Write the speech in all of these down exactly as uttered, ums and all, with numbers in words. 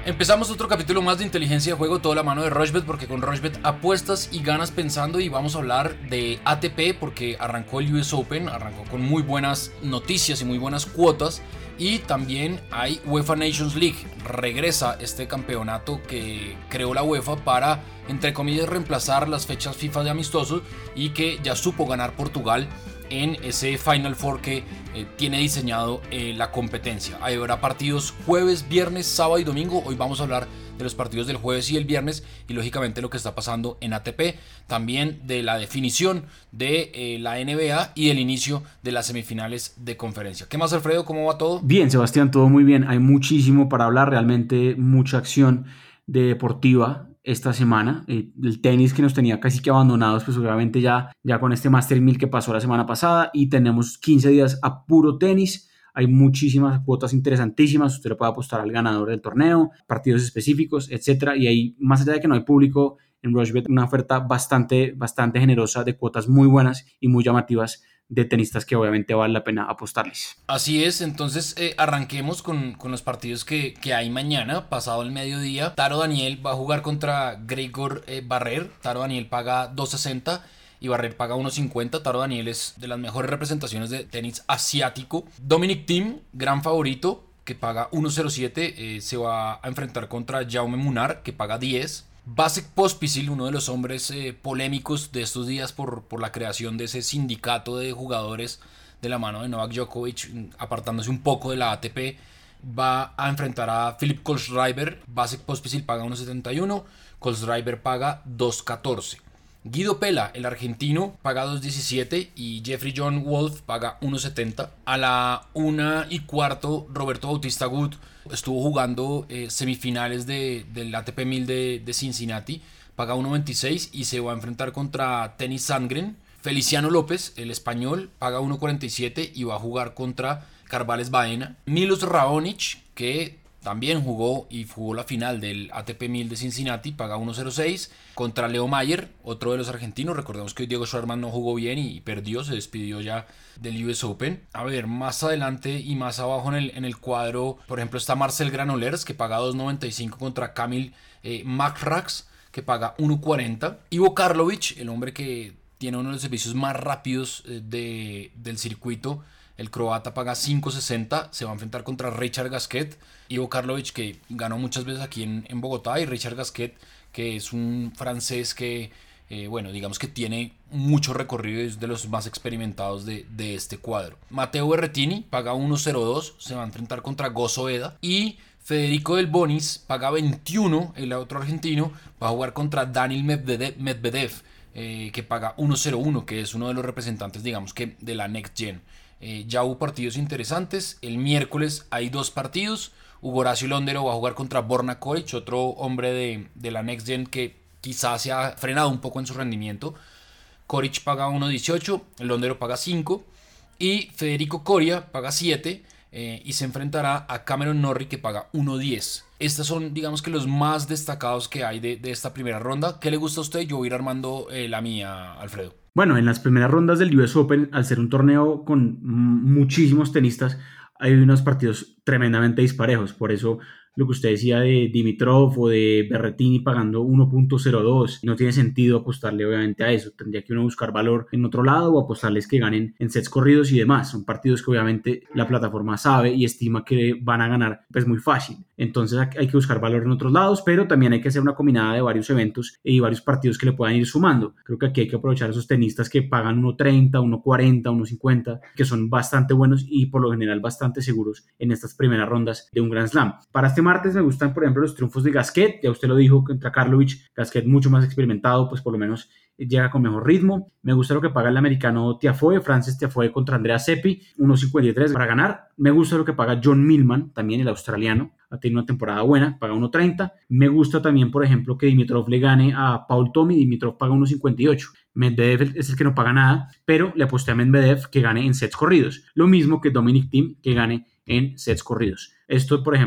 Empezamos otro capítulo más de Inteligencia de Juego, toda la mano de Rochbet, porque con Rochbet apuestas y ganas pensando. Y vamos a hablar de A T P porque arrancó el U S Open, arrancó con muy buenas noticias y muy buenas cuotas. Y también hay UEFA Nations League, regresa este campeonato que creó la UEFA para, entre comillas, reemplazar las fechas FIFA de amistosos, y que ya supo ganar Portugal en ese Final Four que eh, tiene diseñado eh, la competencia. Ahí habrá partidos jueves, viernes, sábado y domingo. Hoy vamos a hablar de los partidos del jueves y el viernes y lógicamente lo que está pasando en A T P, también de la definición de eh, la N B A y el inicio de las semifinales de conferencia. ¿Qué más, Alfredo? ¿Cómo va todo? Bien, Sebastián, todo muy bien. Hay muchísimo para hablar, realmente mucha acción de deportiva esta semana. Eh, el tenis que nos tenía casi que abandonados, pues obviamente ya, ya con este Master mil que pasó la semana pasada, y tenemos quince días a puro tenis. Hay muchísimas cuotas interesantísimas. Usted le puede apostar al ganador del torneo, partidos específicos, etcétera. Y ahí, más allá de que no hay público, en Rochbet una oferta bastante, bastante generosa de cuotas muy buenas y muy llamativas de tenistas que obviamente vale la pena apostarles. Así es, entonces eh, arranquemos con, con los partidos que, que hay mañana, pasado el mediodía. Taro Daniel va a jugar contra Gregor eh, Barrer. Taro Daniel paga dos sesenta y Barrer paga uno cincuenta. Taro Daniel es de las mejores representaciones de tenis asiático. Dominic Thiem, gran favorito, que paga uno cero siete, eh, se va a enfrentar contra Jaume Munar, que paga diez. Vasek Pospisil, uno de los hombres eh, polémicos de estos días por, por la creación de ese sindicato de jugadores de la mano de Novak Djokovic, apartándose un poco de la A T P, va a enfrentar a Philip Kohlschreiber. Vasek Pospisil paga uno setenta y uno, Kohlschreiber paga dos catorce. Guido Pella, el argentino, paga dos diecisiete y Jeffrey John Wolf paga uno setenta. A la una y cuarto, Roberto Bautista Agut estuvo jugando eh, semifinales de, del A T P mil de, de Cincinnati, paga uno veintiséis y se va a enfrentar contra Tennis Sandgren. Feliciano López, el español, paga uno cuarenta y siete y va a jugar contra Carvalhes Baena. Milos Raonic, que también jugó y jugó la final del A T P mil de Cincinnati, paga uno cero seis contra Leo Mayer, otro de los argentinos. Recordemos que Diego Schwartzman no jugó bien y perdió, se despidió ya del U S Open. A ver, más adelante y más abajo en el, en el cuadro, por ejemplo, está Marcel Granollers, que paga dos noventa y cinco contra Kamil eh, Makraks, que paga uno cuarenta. Ivo Karlovic, el hombre que tiene uno de los servicios más rápidos eh, de, del circuito, el croata, paga cinco sesenta, se va a enfrentar contra Richard Gasquet. Ivo Karlovic, que ganó muchas veces aquí en, en Bogotá, y Richard Gasquet, que es un francés que, eh, bueno, digamos que tiene mucho recorrido y es de los más experimentados de, de este cuadro. Matteo Berrettini paga uno cero dos, se va a enfrentar contra Gozo Eda. Y Federico Del Bonis paga veintiuno, el otro argentino, va a jugar contra Daniil Medvedev, Medvedev eh, que paga uno cero uno, que es uno de los representantes, digamos que, de la Next Gen. Eh, ya hubo partidos interesantes. El miércoles hay dos partidos. Hugo Horacio Londero va a jugar contra Borna Coric, otro hombre de, de la Next Gen que quizás se ha frenado un poco en su rendimiento. Coric paga uno dieciocho, Londero paga cinco y Federico Coria paga siete, eh, y se enfrentará a Cameron Norrie, que paga uno diez. Estos son, digamos que, los más destacados que hay de, de esta primera ronda. ¿Qué le gusta a usted? Yo voy a ir armando eh, la mía, Alfredo. Bueno, en las primeras rondas del U S Open, al ser un torneo con muchísimos tenistas, hay unos partidos tremendamente disparejos. Por eso lo que usted decía de Dimitrov o de Berrettini pagando uno punto cero dos, no tiene sentido apostarle obviamente a eso. Tendría que uno buscar valor en otro lado o apostarles que ganen en sets corridos y demás. Son partidos que obviamente la plataforma sabe y estima que van a ganar pues muy fácil. Entonces hay que buscar valor en otros lados, pero también hay que hacer una combinada de varios eventos y varios partidos que le puedan ir sumando. Creo que aquí hay que aprovechar esos tenistas que pagan uno treinta, uno cuarenta, uno cincuenta, que son bastante buenos y por lo general bastante seguros en estas primeras rondas de un Grand Slam. Para este martes me gustan, por ejemplo, los triunfos de Gasquet. Ya usted lo dijo, contra Karlovic. Gasquet mucho más experimentado, pues por lo menos llega con mejor ritmo. Me gusta lo que paga el americano Tiafoe, Frances Tiafoe contra Andrea Seppi, uno cincuenta y tres para ganar. Me gusta lo que paga John Millman, también el australiano. Ha tenido una temporada buena, paga uno treinta. Me gusta también, por ejemplo, que Dimitrov le gane a Paul Tommy. Dimitrov paga uno cincuenta y ocho. Medvedev es el que no paga nada, pero le aposté a Medvedev que gane en sets corridos. Lo mismo que Dominic Thiem, que gane en sets corridos. Esto, por ejemplo,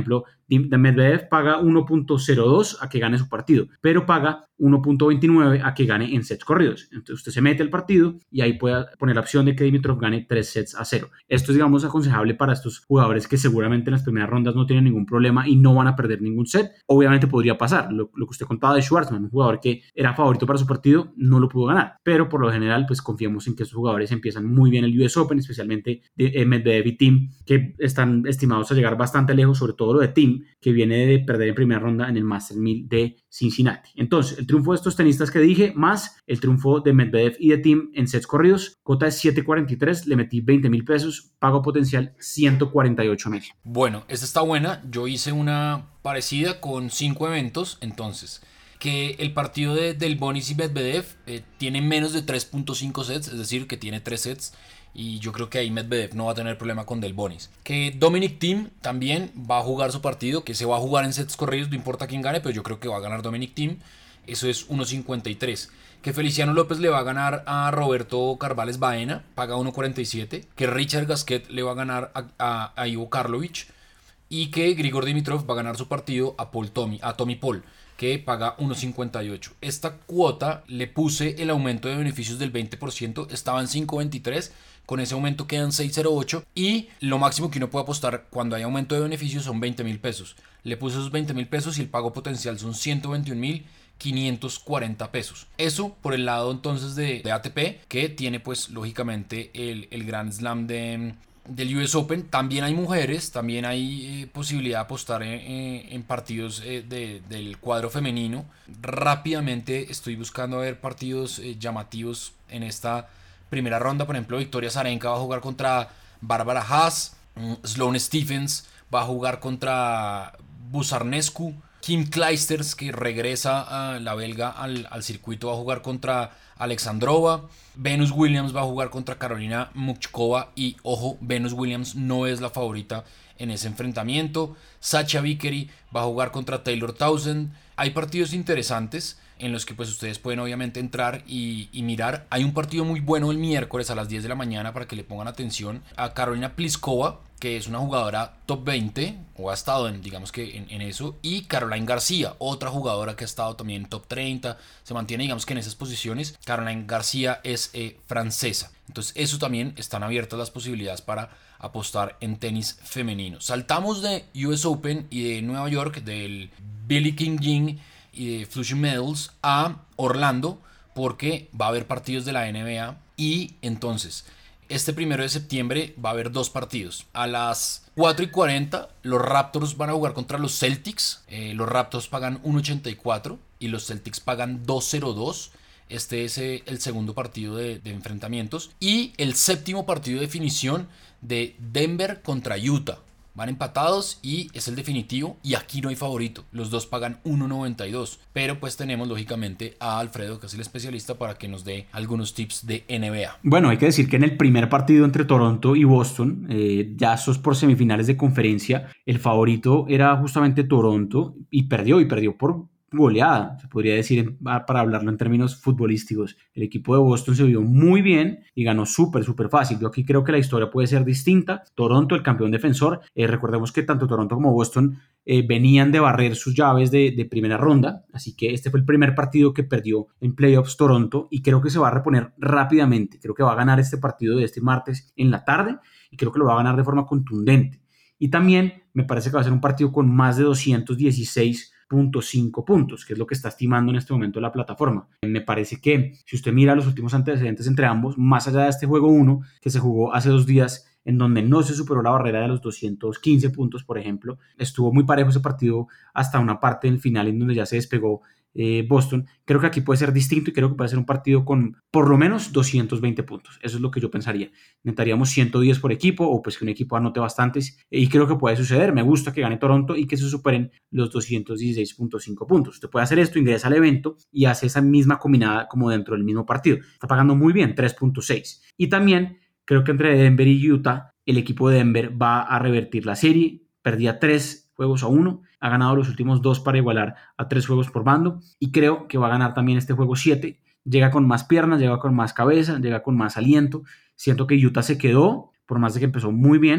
Medvedev paga uno punto cero dos a que gane su partido, pero paga uno punto veintinueve a que gane en sets corridos. Entonces usted se mete al partido y ahí puede poner la opción de que Dimitrov gane tres sets a cero. Esto es, digamos, aconsejable para estos jugadores que seguramente en las primeras rondas no tienen ningún problema y no van a perder ningún set. Obviamente podría pasar, lo, lo que usted contaba de Schwartzman, un jugador que era favorito para su partido, no lo pudo ganar, pero por lo general pues confiamos en que estos jugadores empiezan muy bien el U S Open, especialmente de eh, Medvedev y Thiem, que están estimados a llegar bastante lejos, sobre todo lo de Thiem, que viene de perder en primera ronda en el Masters mil de Cincinnati. Entonces, el triunfo de estos tenistas que dije, más el triunfo de Medvedev y de Thiem en sets corridos, cota es siete cuarenta y tres, le metí veinte mil pesos, pago potencial ciento cuarenta y ocho mil. Bueno, esta está buena, yo hice una parecida con cinco eventos, entonces, que el partido de, del Bonis y Medvedev eh, tiene menos de tres punto cinco sets, es decir, que tiene tres sets, y yo creo que ahí Medvedev no va a tener problema con Del Bonis. Que Dominic Thiem también va a jugar su partido, que se va a jugar en sets corridos, no importa quién gane, pero yo creo que va a ganar Dominic Thiem, eso es uno cincuenta y tres. Que Feliciano López le va a ganar a Roberto Carvalles Baena, paga uno cuarenta y siete. Que Richard Gasquet le va a ganar a, a, a Ivo Karlovic. Y que Grigor Dimitrov va a ganar su partido a Paul Tommy, a Tommy Paul, que paga uno cincuenta y ocho. Esta cuota le puse el aumento de beneficios del veinte por ciento, estaba en cinco veintitrés, con ese aumento quedan seis cero ocho y lo máximo que uno puede apostar cuando hay aumento de beneficios son veinte mil pesos. Le puse esos veinte mil pesos y el pago potencial son ciento veintiún mil quinientos cuarenta pesos. Eso por el lado entonces de, de A T P, que tiene pues lógicamente el, el Grand Slam de... del U S Open. También hay mujeres, también hay eh, posibilidad de apostar en, en, en partidos eh, de, del cuadro femenino. Rápidamente estoy buscando ver partidos eh, llamativos en esta primera ronda. Por ejemplo, Victoria Azarenka va a jugar contra Bárbara Haas, Sloane Stephens va a jugar contra Buzarnescu, Kim Clijsters, que regresa a la belga al, al circuito, va a jugar contra Alexandrova. Venus Williams va a jugar contra Carolina Muchkova y ojo, Venus Williams no es la favorita en ese enfrentamiento. Sacha Vickery va a jugar contra Taylor Townsend. Hay partidos interesantes en los que pues ustedes pueden obviamente entrar y, y mirar. Hay un partido muy bueno el miércoles a las diez de la mañana para que le pongan atención a Carolina Pliskova, que es una jugadora top veinte o ha estado en, digamos que en, en eso, y Caroline García, otra jugadora que ha estado también en top treinta, se mantiene digamos que en esas posiciones. Caroline García es eh, francesa, entonces eso también están abiertas las posibilidades para apostar en tenis femenino. Saltamos de U S Open y de Nueva York, del Billie King Jean y de Flushing Meadows a Orlando, porque va a haber partidos de la N B A y entonces este primero de septiembre va a haber dos partidos. A las cuatro y cuarenta los Raptors van a jugar contra los Celtics. Eh, los Raptors pagan uno ochenta y cuatro y los Celtics pagan dos cero dos. Este es eh, el segundo partido de, de enfrentamientos. Y el séptimo partido de definición de Denver contra Utah. Van empatados y es el definitivo y aquí no hay favorito. Los dos pagan uno noventa y dos. Pero pues tenemos lógicamente a Alfredo, que es el especialista, para que nos dé algunos tips de N B A. Bueno, hay que decir que en el primer partido entre Toronto y Boston, eh, ya esos por semifinales de conferencia, el favorito era justamente Toronto y perdió, y perdió por goleada, se podría decir, para hablarlo en términos futbolísticos. El equipo de Boston se vio muy bien y ganó súper, súper fácil. Yo aquí creo que la historia puede ser distinta. Toronto, el campeón defensor, eh, recordemos que tanto Toronto como Boston eh, venían de barrer sus llaves de, de primera ronda, así que este fue el primer partido que perdió en playoffs Toronto y creo que se va a reponer rápidamente. Creo que va a ganar este partido de este martes en la tarde y creo que lo va a ganar de forma contundente. Y también me parece que va a ser un partido con más de doscientos dieciséis punto cinco puntos, que es lo que está estimando en este momento la plataforma. Me parece que si usted mira los últimos antecedentes entre ambos, más allá de este juego uno que se jugó hace dos días, en donde no se superó la barrera de los doscientos quince puntos, por ejemplo, estuvo muy parejo ese partido hasta una parte del final en donde ya se despegó eh, Boston. Creo que aquí puede ser distinto y creo que puede ser un partido con por lo menos doscientos veinte puntos. Eso es lo que yo pensaría. Necesitaríamos ciento diez por equipo o pues que un equipo anote bastantes y creo que puede suceder. Me gusta que gane Toronto y que se superen los doscientos dieciséis punto cinco puntos. Usted puede hacer esto, ingresa al evento y hace esa misma combinada como dentro del mismo partido. Está pagando muy bien, tres punto seis. Y también creo que entre Denver y Utah, el equipo de Denver va a revertir la serie. Perdía tres juegos a uno, ha ganado los últimos dos para igualar a tres juegos por bando y creo que va a ganar también este juego siete. Llega con más piernas, llega con más cabeza, llega con más aliento. Siento que Utah se quedó, por más de que empezó muy bien,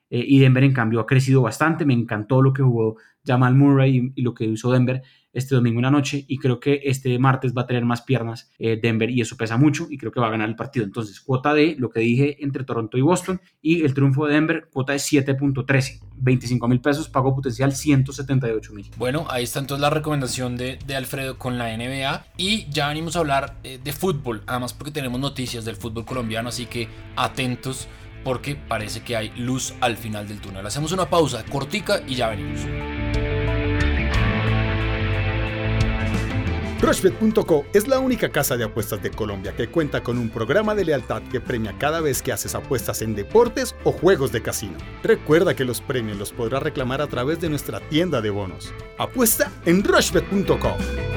eh, y Denver en cambio ha crecido bastante. Me encantó lo que jugó Jamal Murray y, y lo que hizo Denver este domingo en la noche, y creo que este martes va a tener más piernas eh, Denver, y eso pesa mucho, y creo que va a ganar el partido. Entonces, cuota de lo que dije entre Toronto y Boston, y el triunfo de Denver, cuota de siete punto trece, veinticinco mil pesos, pago potencial ciento setenta y ocho mil. Bueno, ahí está entonces la recomendación de, de Alfredo con la N B A, y ya venimos a hablar eh, de fútbol, además porque tenemos noticias del fútbol colombiano, así que atentos porque parece que hay luz al final del túnel. Hacemos una pausa cortica y ya venimos. Rushbet punto co es la única casa de apuestas de Colombia que cuenta con un programa de lealtad que premia cada vez que haces apuestas en deportes o juegos de casino. Recuerda que los premios los podrás reclamar a través de nuestra tienda de bonos. Apuesta en Rushbet punto co.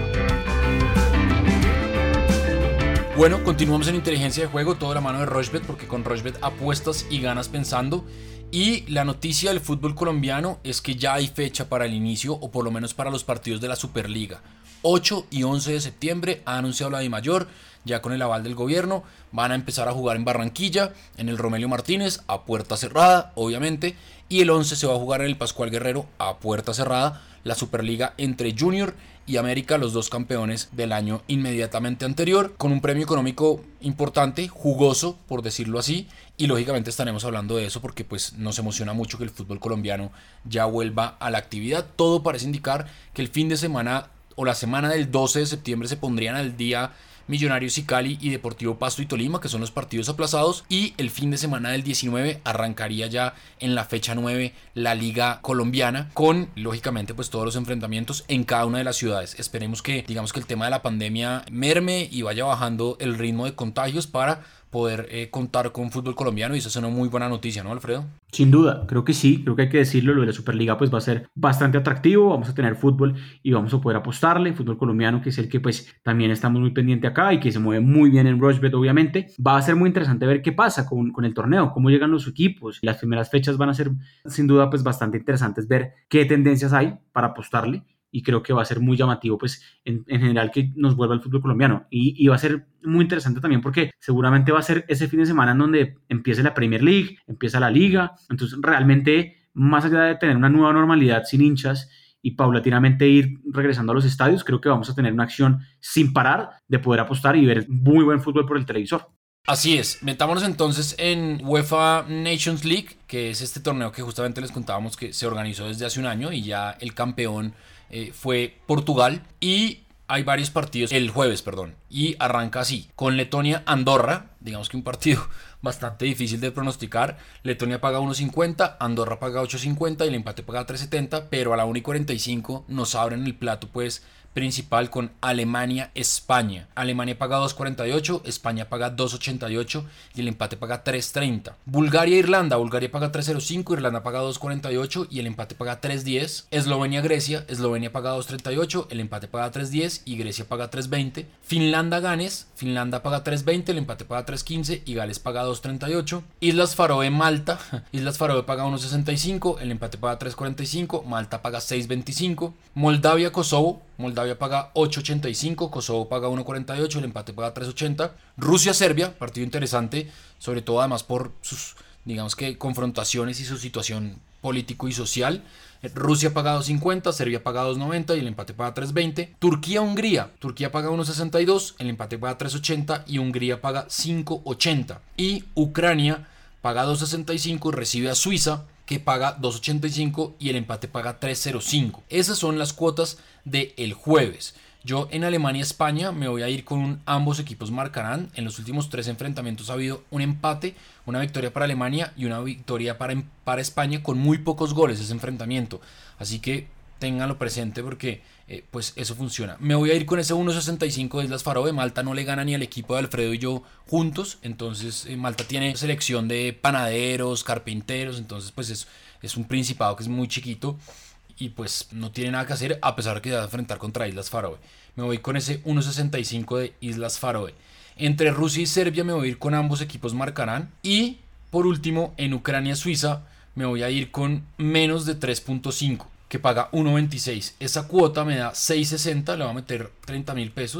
Bueno, continuamos en inteligencia de juego, todo de la mano de Rushbet, porque con Rushbet apuestas y ganas pensando. Y la noticia del fútbol colombiano es que ya hay fecha para el inicio, o por lo menos para los partidos de la Superliga. ocho y once de septiembre ha anunciado la DIMAYOR, ya con el aval del gobierno. Van a empezar a jugar en Barranquilla, en el Romelio Martínez, a puerta cerrada, obviamente. Y el once se va a jugar en el Pascual Guerrero, a puerta cerrada, la Superliga entre Junior y América, los dos campeones del año inmediatamente anterior, con un premio económico importante, jugoso, por decirlo así. Y lógicamente estaremos hablando de eso porque pues nos emociona mucho que el fútbol colombiano ya vuelva a la actividad. Todo parece indicar que el fin de semana o la semana del doce de septiembre se pondrían al día Millonarios y Cali y Deportivo Pasto y Tolima, que son los partidos aplazados, y el fin de semana del diecinueve arrancaría ya en la fecha nueve la Liga Colombiana, con lógicamente pues todos los enfrentamientos en cada una de las ciudades. Esperemos que digamos que el tema de la pandemia merme y vaya bajando el ritmo de contagios para poder eh, contar con fútbol colombiano, y eso es una muy buena noticia, ¿no, Alfredo? Sin duda, creo que sí, creo que hay que decirlo, lo de la Superliga pues va a ser bastante atractivo, vamos a tener fútbol y vamos a poder apostarle, fútbol colombiano, que es el que pues también estamos muy pendiente acá y que se mueve muy bien en Rushbet, obviamente. Va a ser muy interesante ver qué pasa con, con el torneo, cómo llegan los equipos. Las primeras fechas van a ser sin duda pues bastante interesantes, ver qué tendencias hay para apostarle. Y creo que va a ser muy llamativo, pues, en, en general, que nos vuelva el fútbol colombiano. Y, y va a ser muy interesante también porque seguramente va a ser ese fin de semana en donde empiece la Premier League, empieza la Liga. Entonces, realmente, más allá de tener una nueva normalidad sin hinchas y paulatinamente ir regresando a los estadios, creo que vamos a tener una acción sin parar de poder apostar y ver muy buen fútbol por el televisor. Así es, metámonos entonces en UEFA Nations League, que es este torneo que justamente les contábamos que se organizó desde hace un año y ya el campeón eh, fue Portugal, y hay varios partidos el jueves, perdón, y arranca así, con Letonia-Andorra, digamos que un partido bastante difícil de pronosticar. Letonia paga uno cincuenta, Andorra paga ocho cincuenta y el empate paga tres setenta, pero a la una y cuarenta y cinco nos abren el plato pues principal con Alemania-España. Alemania paga dos cuarenta y ocho, España paga dos ochenta y ocho y el empate paga tres treinta. Bulgaria-Irlanda, Bulgaria paga tres cero cinco, Irlanda paga dos cuarenta y ocho y el empate paga tres diez. Eslovenia-Grecia, Eslovenia paga dos treinta y ocho, el empate paga tres diez y Grecia paga tres veinte. Finlandia-Ganes, Finlandia paga tres veinte, el empate paga tres quince y Gales paga dos treinta y ocho. Islas Faroe-Malta, Islas Faroe paga uno sesenta y cinco, el empate paga tres cuarenta y cinco, Malta paga seis veinticinco. Moldavia-Kosovo, Moldavia paga ocho ochenta y cinco, Kosovo paga uno cuarenta y ocho, el empate paga tres ochenta. Rusia-Serbia, partido interesante, sobre todo además por sus, digamos que, confrontaciones y su situación político y social. Rusia paga dos cincuenta, Serbia paga dos noventa y el empate paga tres veinte. Turquía-Hungría, Turquía paga uno sesenta y dos, el empate paga tres ochenta y Hungría paga cinco ochenta. Y Ucrania paga dos sesenta y cinco y recibe a Suiza, que paga dos ochenta y cinco y el empate paga tres cero cinco. Esas son las cuotas del jueves. Yo en Alemania-España me voy a ir con un ambos equipos marcarán. En los últimos tres enfrentamientos ha habido un empate, una victoria para Alemania y una victoria para, para España, con muy pocos goles ese enfrentamiento. Así que ténganlo presente porque eh, pues eso funciona. Me voy a ir con ese uno sesenta y cinco de Islas Faroe. Malta no le gana ni al equipo de Alfredo y yo juntos. Entonces eh, Malta tiene selección de panaderos, carpinteros. Entonces pues es, es un principado que es muy chiquito y pues no tiene nada que hacer, a pesar de que se va a enfrentar contra Islas Faroe. Me voy con ese uno sesenta y cinco de Islas Faroe. Entre Rusia y Serbia me voy a ir con ambos equipos marcarán. Y por último, en Ucrania-Suiza me voy a ir con menos de tres punto cinco, que paga uno veintiséis. Esa cuota me da seis sesenta, le voy a meter treinta mil pesos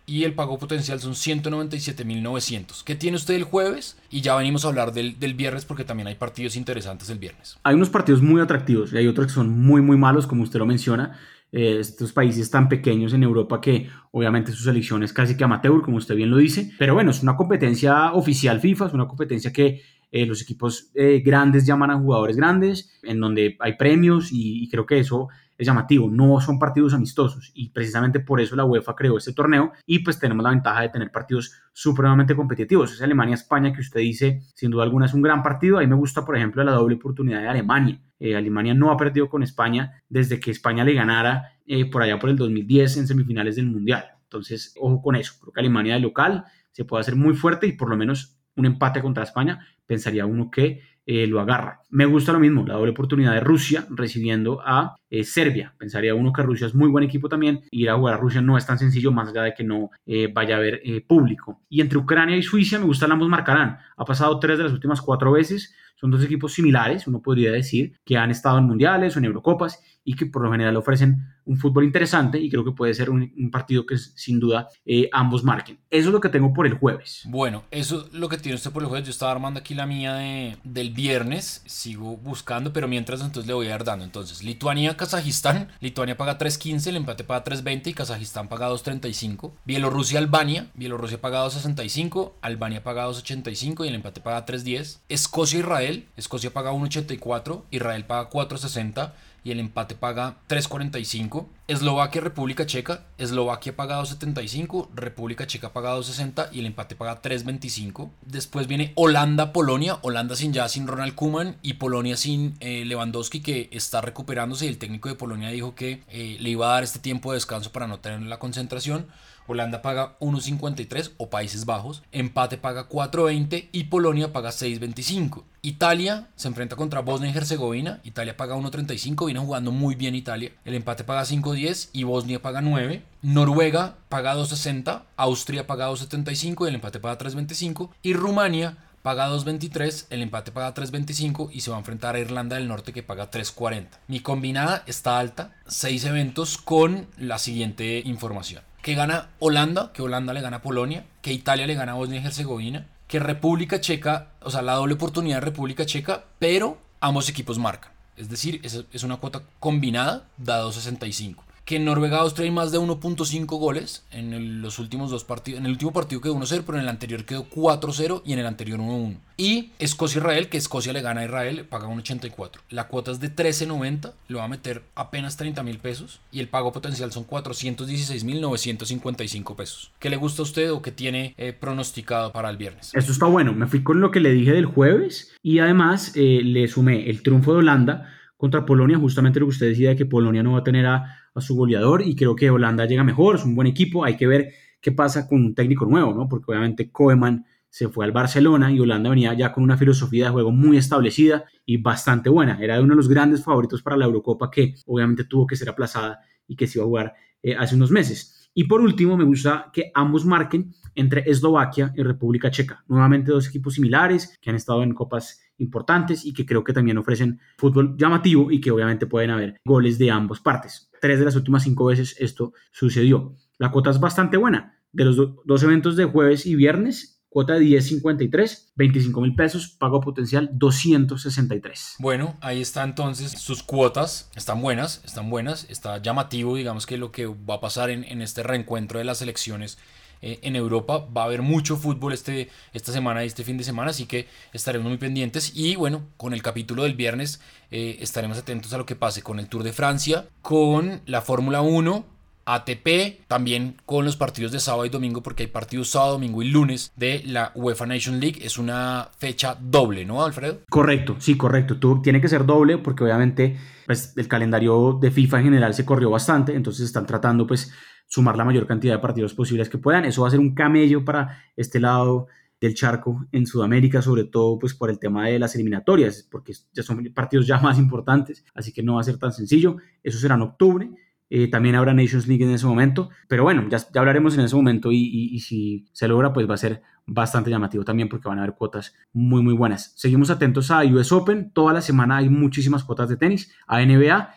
y el pago potencial son ciento noventa y siete mil novecientos. ¿Qué tiene usted el jueves? Y ya venimos a hablar del, del viernes porque también hay partidos interesantes el viernes. Hay unos partidos muy atractivos y hay otros que son muy muy malos, como usted lo menciona. Eh, estos países tan pequeños en Europa que obviamente su selección es casi que amateur, como usted bien lo dice, pero bueno, es una competencia oficial FIFA, es una competencia que eh, los equipos eh, grandes llaman a jugadores grandes, en donde hay premios y, y creo que eso es llamativo. No son partidos amistosos y precisamente por eso la UEFA creó este torneo y pues tenemos la ventaja de tener partidos supremamente competitivos. Es Alemania-España que usted dice, sin duda alguna es un gran partido. A mí me gusta, por ejemplo, la doble oportunidad de Alemania. Eh, Alemania no ha perdido con España desde que España le ganara eh, por allá por el dos mil diez en semifinales del Mundial. Entonces, ojo con eso. Creo que Alemania de local se puede hacer muy fuerte y por lo menos un empate contra España pensaría uno que eh, lo agarra. Me gusta lo mismo, la doble oportunidad de Rusia recibiendo a eh, Serbia. Pensaría uno que Rusia es muy buen equipo también. Ir a jugar a Rusia no es tan sencillo, más allá de que no eh, vaya a haber eh, público. Y entre Ucrania y Suiza me gustan ambos marcarán. Ha pasado tres de las últimas cuatro veces. Son dos equipos similares, uno podría decir, que han estado en mundiales o en Eurocopas y que por lo general ofrecen un fútbol interesante y creo que puede ser un, un partido que sin duda eh, ambos marquen. Eso es lo que tengo por el jueves. Bueno, eso es lo que tiene usted por el jueves. Yo estaba armando aquí la mía de, del viernes, sigo buscando, pero mientras entonces le voy a ir dando. Entonces, Lituania-Kazajistán, Lituania paga tres quince, el empate paga tres veinte y Kazajistán paga dos treinta y cinco. Bielorrusia-Albania, Bielorrusia paga dos sesenta y cinco, Albania paga dos ochenta y cinco y el empate paga tres diez. Escocia-Israel, Escocia paga uno ochenta y cuatro, Israel paga cuatro sesenta y el empate paga tres cuarenta y cinco. Eslovaquia, República Checa, Eslovaquia paga dos setenta y cinco, República Checa paga dos sesenta y el empate paga tres veinticinco. Después viene Holanda, Polonia, Holanda sin ya sin Ronald Koeman y Polonia sin eh, Lewandowski, que está recuperándose y el técnico de Polonia dijo que eh, le iba a dar este tiempo de descanso para no tener la concentración. Holanda paga uno cincuenta y tres o Países Bajos, empate paga cuatro veinte y Polonia paga seis veinticinco. Italia se enfrenta contra Bosnia y Herzegovina, Italia paga uno treinta y cinco, viene jugando muy bien Italia, el empate paga cinco diez y Bosnia paga nueve. Noruega paga dos sesenta, Austria paga dos setenta y cinco y el empate paga tres veinticinco y Rumania paga dos veintitrés, el empate paga tres veinticinco y se va a enfrentar a Irlanda del Norte que paga tres cuarenta. Mi combinada está alta, seis eventos con la siguiente información. Que gana Holanda, que Holanda le gana a Polonia, que Italia le gana a Bosnia y Herzegovina, que República Checa, o sea, la doble oportunidad de República Checa, pero ambos equipos marcan. Es decir, es, es una cuota combinada, da dos sesenta y cinco. Que en Noruega-Austria hay más de uno punto cinco goles en el, los últimos dos partidos. En el último partido quedó uno cero, pero en el anterior quedó cuatro cero y en el anterior uno uno. Y Escocia-Israel, que Escocia le gana a Israel, paga uno ochenta y cuatro. La cuota es de trece noventa, le va a meter apenas treinta mil pesos y el pago potencial son cuatrocientos dieciséis mil novecientos cincuenta y cinco pesos. ¿Qué le gusta a usted o qué tiene eh, pronosticado para el viernes? Esto está bueno, me fui con lo que le dije del jueves y además eh, le sumé el triunfo de Holanda contra Polonia, justamente lo que usted decía de que Polonia no va a tener a, a su goleador y creo que Holanda llega mejor, es un buen equipo, hay que ver qué pasa con un técnico nuevo, ¿no? Porque obviamente Koeman se fue al Barcelona y Holanda venía ya con una filosofía de juego muy establecida y bastante buena, era uno de los grandes favoritos para la Eurocopa que obviamente tuvo que ser aplazada y que se iba a jugar eh, hace unos meses. Y por último me gusta que ambos marquen entre Eslovaquia y República Checa, nuevamente dos equipos similares que han estado en copas importantes y que creo que también ofrecen fútbol llamativo y que obviamente pueden haber goles de ambas partes. Tres de las últimas cinco veces esto sucedió. La cuota es bastante buena. De los do- dos eventos de jueves y viernes, cuota de diez cincuenta y tres, veinticinco mil pesos, pago potencial doscientos sesenta y tres. Bueno, ahí está entonces sus cuotas, están buenas, están buenas, está llamativo, digamos que lo que va a pasar en, en este reencuentro de las selecciones eh, en Europa. Va a haber mucho fútbol este, esta semana y este fin de semana, así que estaremos muy pendientes y bueno, con el capítulo del viernes eh, estaremos atentos a lo que pase con el Tour de Francia, con la Fórmula uno, A T P, también con los partidos de sábado y domingo, porque hay partidos sábado, domingo y lunes de la UEFA Nations League. Es una fecha doble, ¿no, Alfredo? Correcto, sí, correcto. Tú, tiene que ser doble porque obviamente pues, el calendario de FIFA en general se corrió bastante, entonces están tratando pues sumar la mayor cantidad de partidos posibles que puedan. Eso va a ser un camello para este lado del charco en Sudamérica, sobre todo pues por el tema de las eliminatorias, porque ya son partidos ya más importantes, así que no va a ser tan sencillo. Eso será en octubre. Eh, también habrá Nations League en ese momento, pero bueno, ya, ya hablaremos en ese momento y, y, y si se logra pues va a ser bastante llamativo también porque van a haber cuotas muy muy buenas. Seguimos atentos a U S Open, toda la semana hay muchísimas cuotas de tenis, a N B A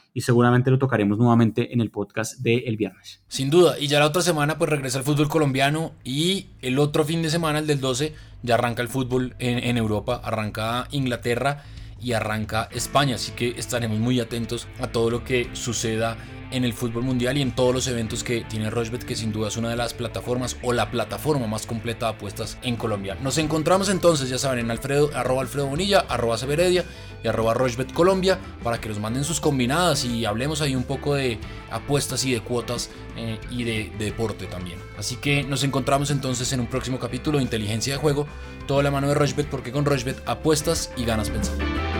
y seguramente lo tocaremos nuevamente en el podcast del viernes. Sin duda, y ya la otra semana pues regresa el fútbol colombiano y el otro fin de semana, el del doce, ya arranca el fútbol en, en Europa, arranca Inglaterra y arranca España, así que estaremos muy atentos a todo lo que suceda en el fútbol mundial y en todos los eventos que tiene Rochebet, que sin duda es una de las plataformas o la plataforma más completa de apuestas en Colombia. Nos encontramos entonces, ya saben, en Alfredo, arroba Alfredo Bonilla, arroba Severedia y arroba Rochebet Colombia, para que nos manden sus combinadas y hablemos ahí un poco de apuestas y de cuotas eh, y de, de deporte también. Así que nos encontramos entonces en un próximo capítulo de Inteligencia de Juego, toda la mano de Rochebet, porque con Rochebet apuestas y ganas pensando.